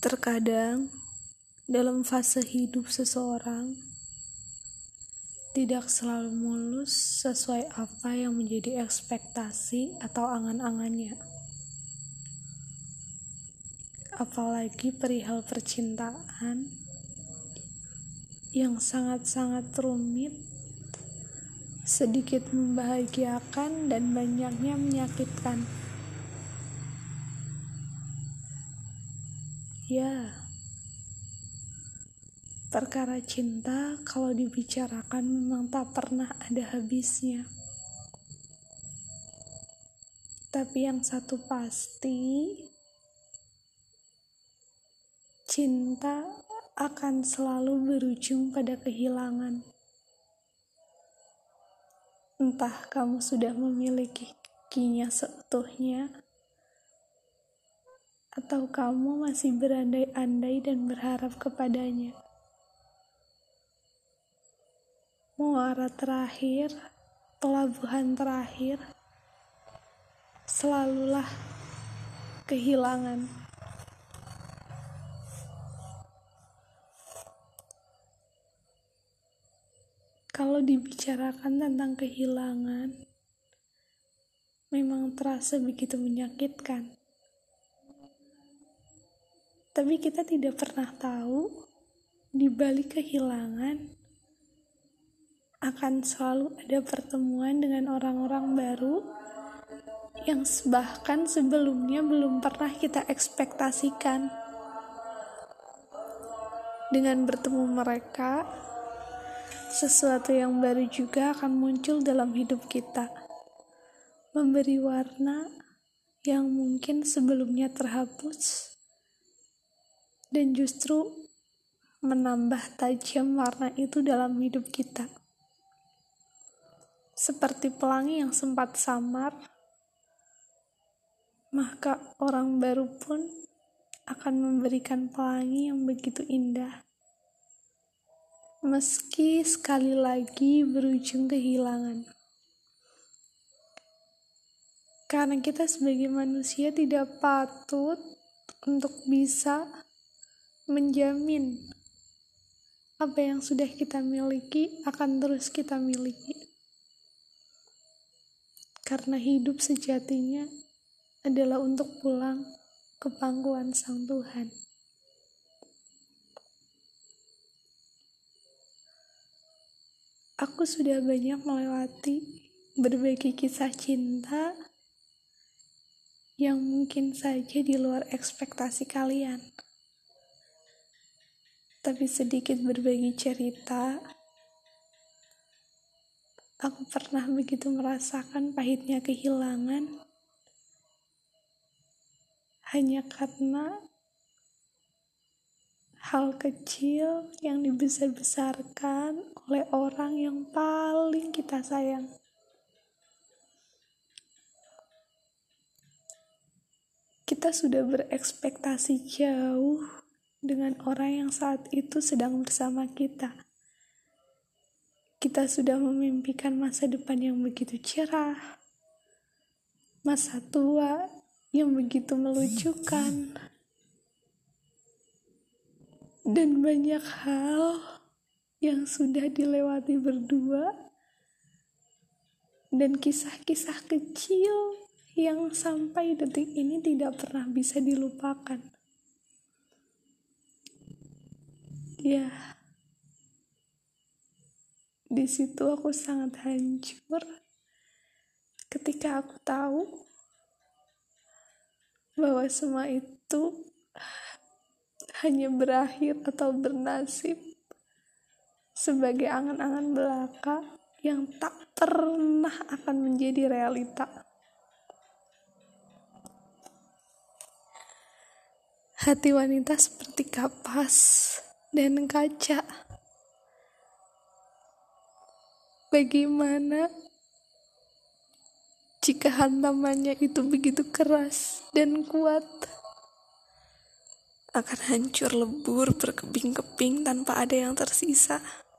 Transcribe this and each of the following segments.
Terkadang, dalam fase hidup seseorang, tidak selalu mulus sesuai apa yang menjadi ekspektasi atau angan-angannya. Apalagi perihal percintaan yang sangat-sangat rumit, sedikit membahagiakan dan banyaknya menyakitkan. Ya, perkara cinta kalau dibicarakan memang tak pernah ada habisnya. Tapi yang satu pasti, cinta akan selalu berujung pada kehilangan. Entah kamu sudah memilikinya seutuhnya, atau kamu masih berandai-andai dan berharap kepadanya. Muara terakhir, pelabuhan terakhir, selalulah kehilangan. Kalau dibicarakan tentang kehilangan, memang terasa begitu menyakitkan. Tapi kita tidak pernah tahu, di balik kehilangan akan selalu ada pertemuan dengan orang-orang baru yang bahkan sebelumnya belum pernah kita ekspektasikan. Dengan bertemu mereka, sesuatu yang baru juga akan muncul dalam hidup kita, memberi warna yang mungkin sebelumnya terhapus, dan justru menambah tajam warna itu dalam hidup kita. Seperti pelangi yang sempat samar, maka orang baru pun akan memberikan pelangi yang begitu indah. Meski sekali lagi berujung kehilangan. Karena kita sebagai manusia tidak patut untuk bisa menjamin apa yang sudah kita miliki akan terus kita miliki. Karena hidup sejatinya adalah untuk pulang ke pangkuan Sang Tuhan. Aku sudah banyak melewati berbagai kisah cinta yang mungkin saja di luar ekspektasi kalian. Tapi sedikit berbagi cerita, aku pernah begitu merasakan pahitnya kehilangan hanya karena hal kecil yang dibesar-besarkan oleh orang yang paling kita sayang. Kita sudah berekspektasi jauh dengan orang yang saat itu sedang bersama kita. Kita sudah memimpikan masa depan yang begitu cerah, masa tua yang begitu melucukan, dan banyak hal yang sudah dilewati berdua, dan kisah-kisah kecil yang sampai detik ini tidak pernah bisa dilupakan. Ya, di situ aku sangat hancur ketika aku tahu bahwa semua itu hanya berakhir atau bernasib sebagai angan-angan belaka yang tak pernah akan menjadi realita. Hati wanita seperti kapas dan kaca. Bagaimana jika hantamannya itu begitu keras dan kuat? Akan hancur lebur berkeping-keping tanpa ada yang tersisa.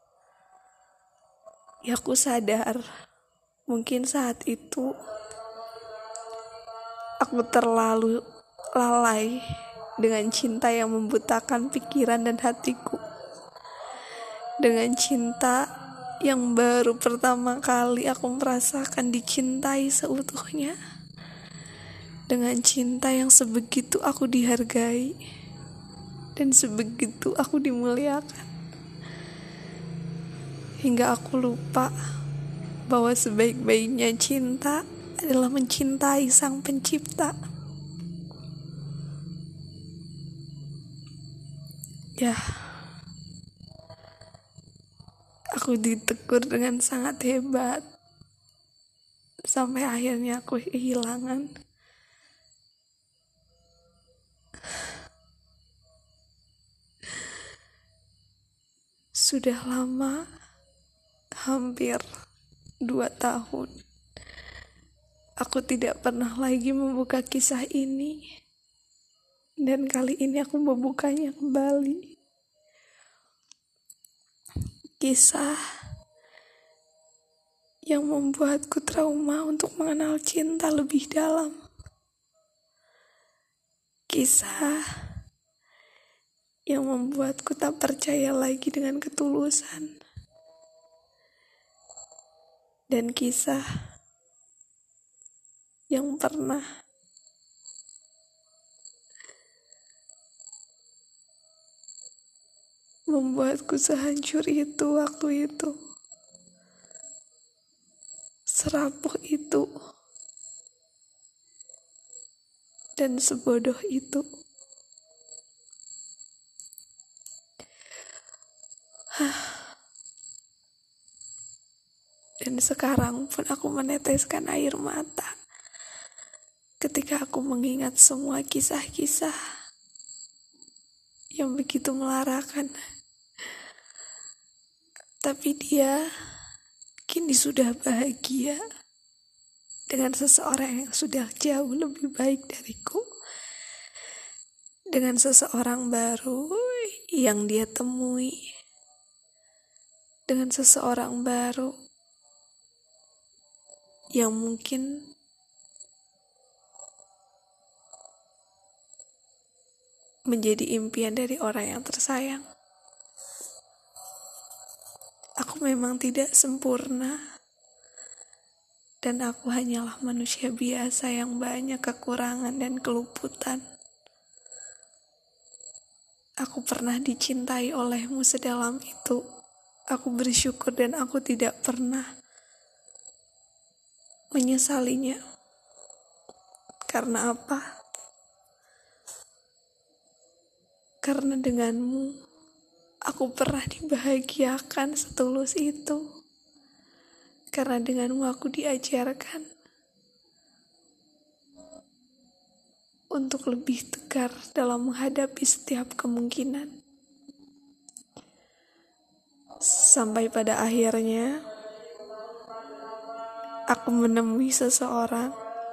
Ya, aku sadar, mungkin saat itu aku terlalu lalai dengan cinta yang membutakan pikiran dan hatiku, dengan cinta yang baru pertama kali aku merasakan dicintai seutuhnya, dengan cinta yang sebegitu aku dihargai dan sebegitu aku dimuliakan, hingga aku lupa bahwa sebaik-baiknya cinta adalah mencintai Sang Pencipta. Ya, aku ditegur dengan sangat hebat sampai akhirnya aku kehilangan. Sudah lama, hampir 2 tahun, aku tidak pernah lagi membuka kisah ini. Dan kali ini aku membukanya kembali. Kisah yang membuatku trauma untuk mengenal cinta lebih dalam. Kisah yang membuatku tak percaya lagi dengan ketulusan. Dan kisah yang pernah membuatku sehancur itu waktu itu, serapuh itu, dan sebodoh itu. Dan sekarang pun aku meneteskan air mata ketika aku mengingat semua kisah-kisah yang begitu melarakan. Tapi dia kini sudah bahagia dengan seseorang yang sudah jauh lebih baik dariku, dengan seseorang baru yang dia temui, dengan seseorang baru yang mungkin menjadi impian dari orang yang tersayang. Aku memang tidak sempurna, dan aku hanyalah manusia biasa yang banyak kekurangan dan keluputan. Aku pernah dicintai olehmu sedalam itu. Aku bersyukur dan aku tidak pernah menyesalinya. Karena apa? Karena denganmu aku pernah dibahagiakan setulus itu. Karena denganmu aku diajarkan untuk lebih tegar dalam menghadapi setiap kemungkinan. Sampai pada akhirnya aku menemui seseorang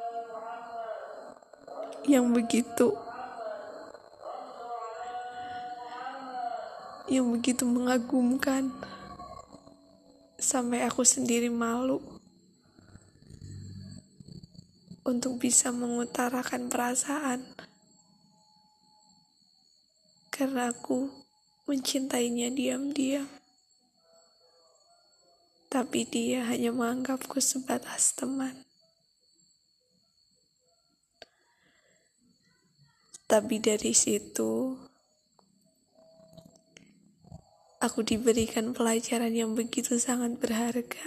yang begitu mengagumkan, sampai aku sendiri malu untuk bisa mengutarakan perasaan, karena aku mencintainya diam-diam. Tapi dia hanya menganggapku sebatas teman. Tapi dari situ aku diberikan pelajaran yang begitu sangat berharga.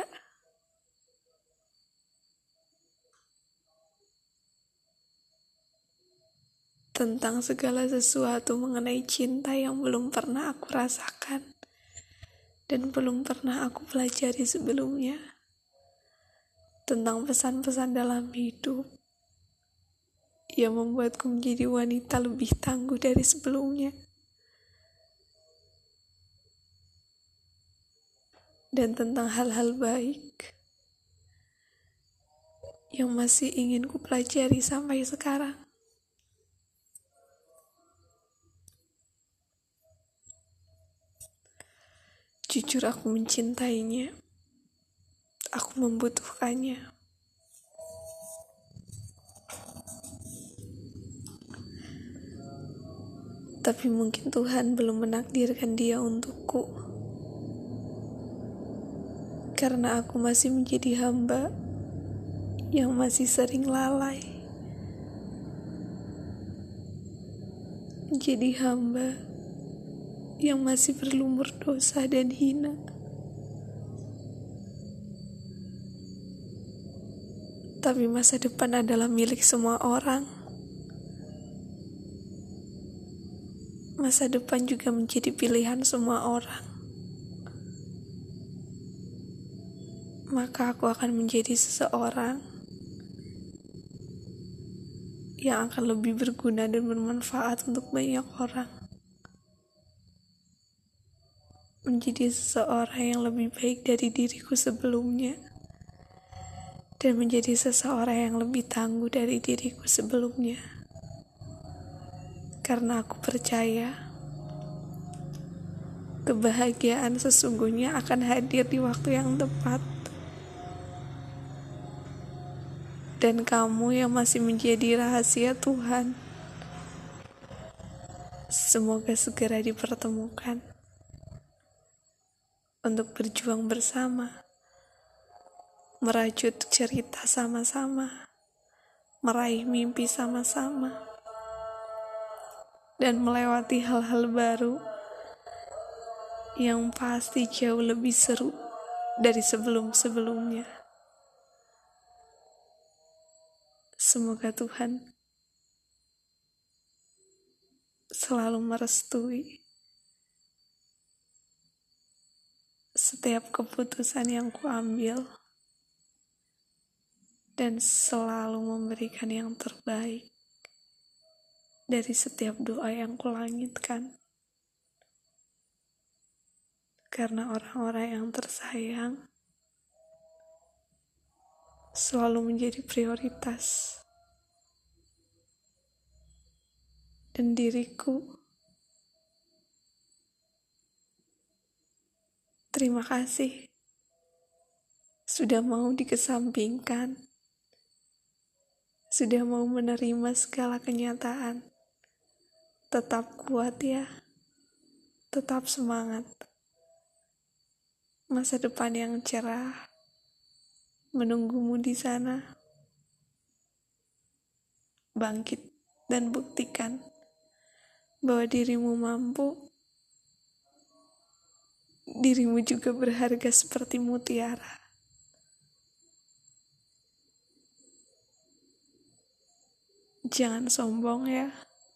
Tentang segala sesuatu mengenai cinta yang belum pernah aku rasakan dan belum pernah aku pelajari sebelumnya. Tentang pesan-pesan dalam hidup yang membuatku menjadi wanita lebih tangguh dari sebelumnya. Dan tentang hal-hal baik yang masih ingin ku pelajari sampai sekarang. Jujur aku mencintainya. Aku membutuhkannya. Tapi mungkin Tuhan belum menakdirkan dia untukku. Karena aku masih menjadi hamba yang masih sering lalai. Menjadi hamba yang masih berlumur dosa dan hina. Tapi masa depan adalah milik semua orang. Masa depan juga menjadi pilihan semua orang. Maka aku akan menjadi seseorang yang akan lebih berguna dan bermanfaat untuk banyak orang. Menjadi seseorang yang lebih baik dari diriku sebelumnya. Dan menjadi seseorang yang lebih tangguh dari diriku sebelumnya. Karena aku percaya kebahagiaan sesungguhnya akan hadir di waktu yang tepat. Dan kamu yang masih menjadi rahasia Tuhan, semoga segera dipertemukan untuk berjuang bersama, merajut cerita sama-sama, meraih mimpi sama-sama, dan melewati hal-hal baru yang pasti jauh lebih seru dari sebelum-sebelumnya. Semoga Tuhan selalu merestui setiap keputusan yang kuambil dan selalu memberikan yang terbaik dari setiap doa yang kulangitkan. Karena orang-orang yang tersayang selalu menjadi prioritas. Dan diriku, terima kasih sudah mau dikesampingkan, sudah mau menerima segala kenyataan. Tetap kuat ya, tetap semangat. Masa depan yang cerah menunggumu di sana. Bangkit dan buktikan bahwa dirimu mampu. Dirimu juga berharga seperti mutiara. Jangan sombong ya.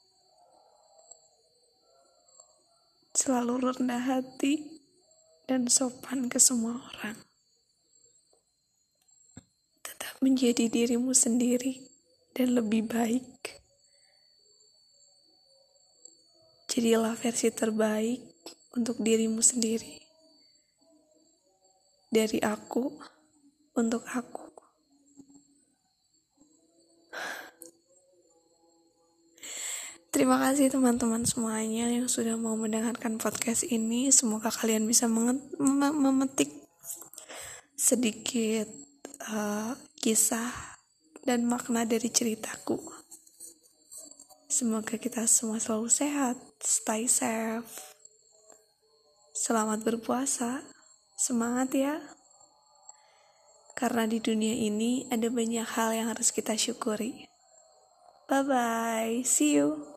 Selalu rendah hati dan sopan ke semua orang. Tetap menjadi dirimu sendiri dan lebih baik. Jadilah versi terbaik untuk dirimu sendiri. Dari aku, untuk aku. Terima kasih teman-teman semuanya yang sudah mau mendengarkan podcast ini. Semoga kalian bisa memetik sedikit kisah dan makna dari ceritaku. Semoga kita semua selalu sehat, stay safe. Selamat berpuasa, semangat ya. Karena di dunia ini ada banyak hal yang harus kita syukuri. Bye-bye, see you.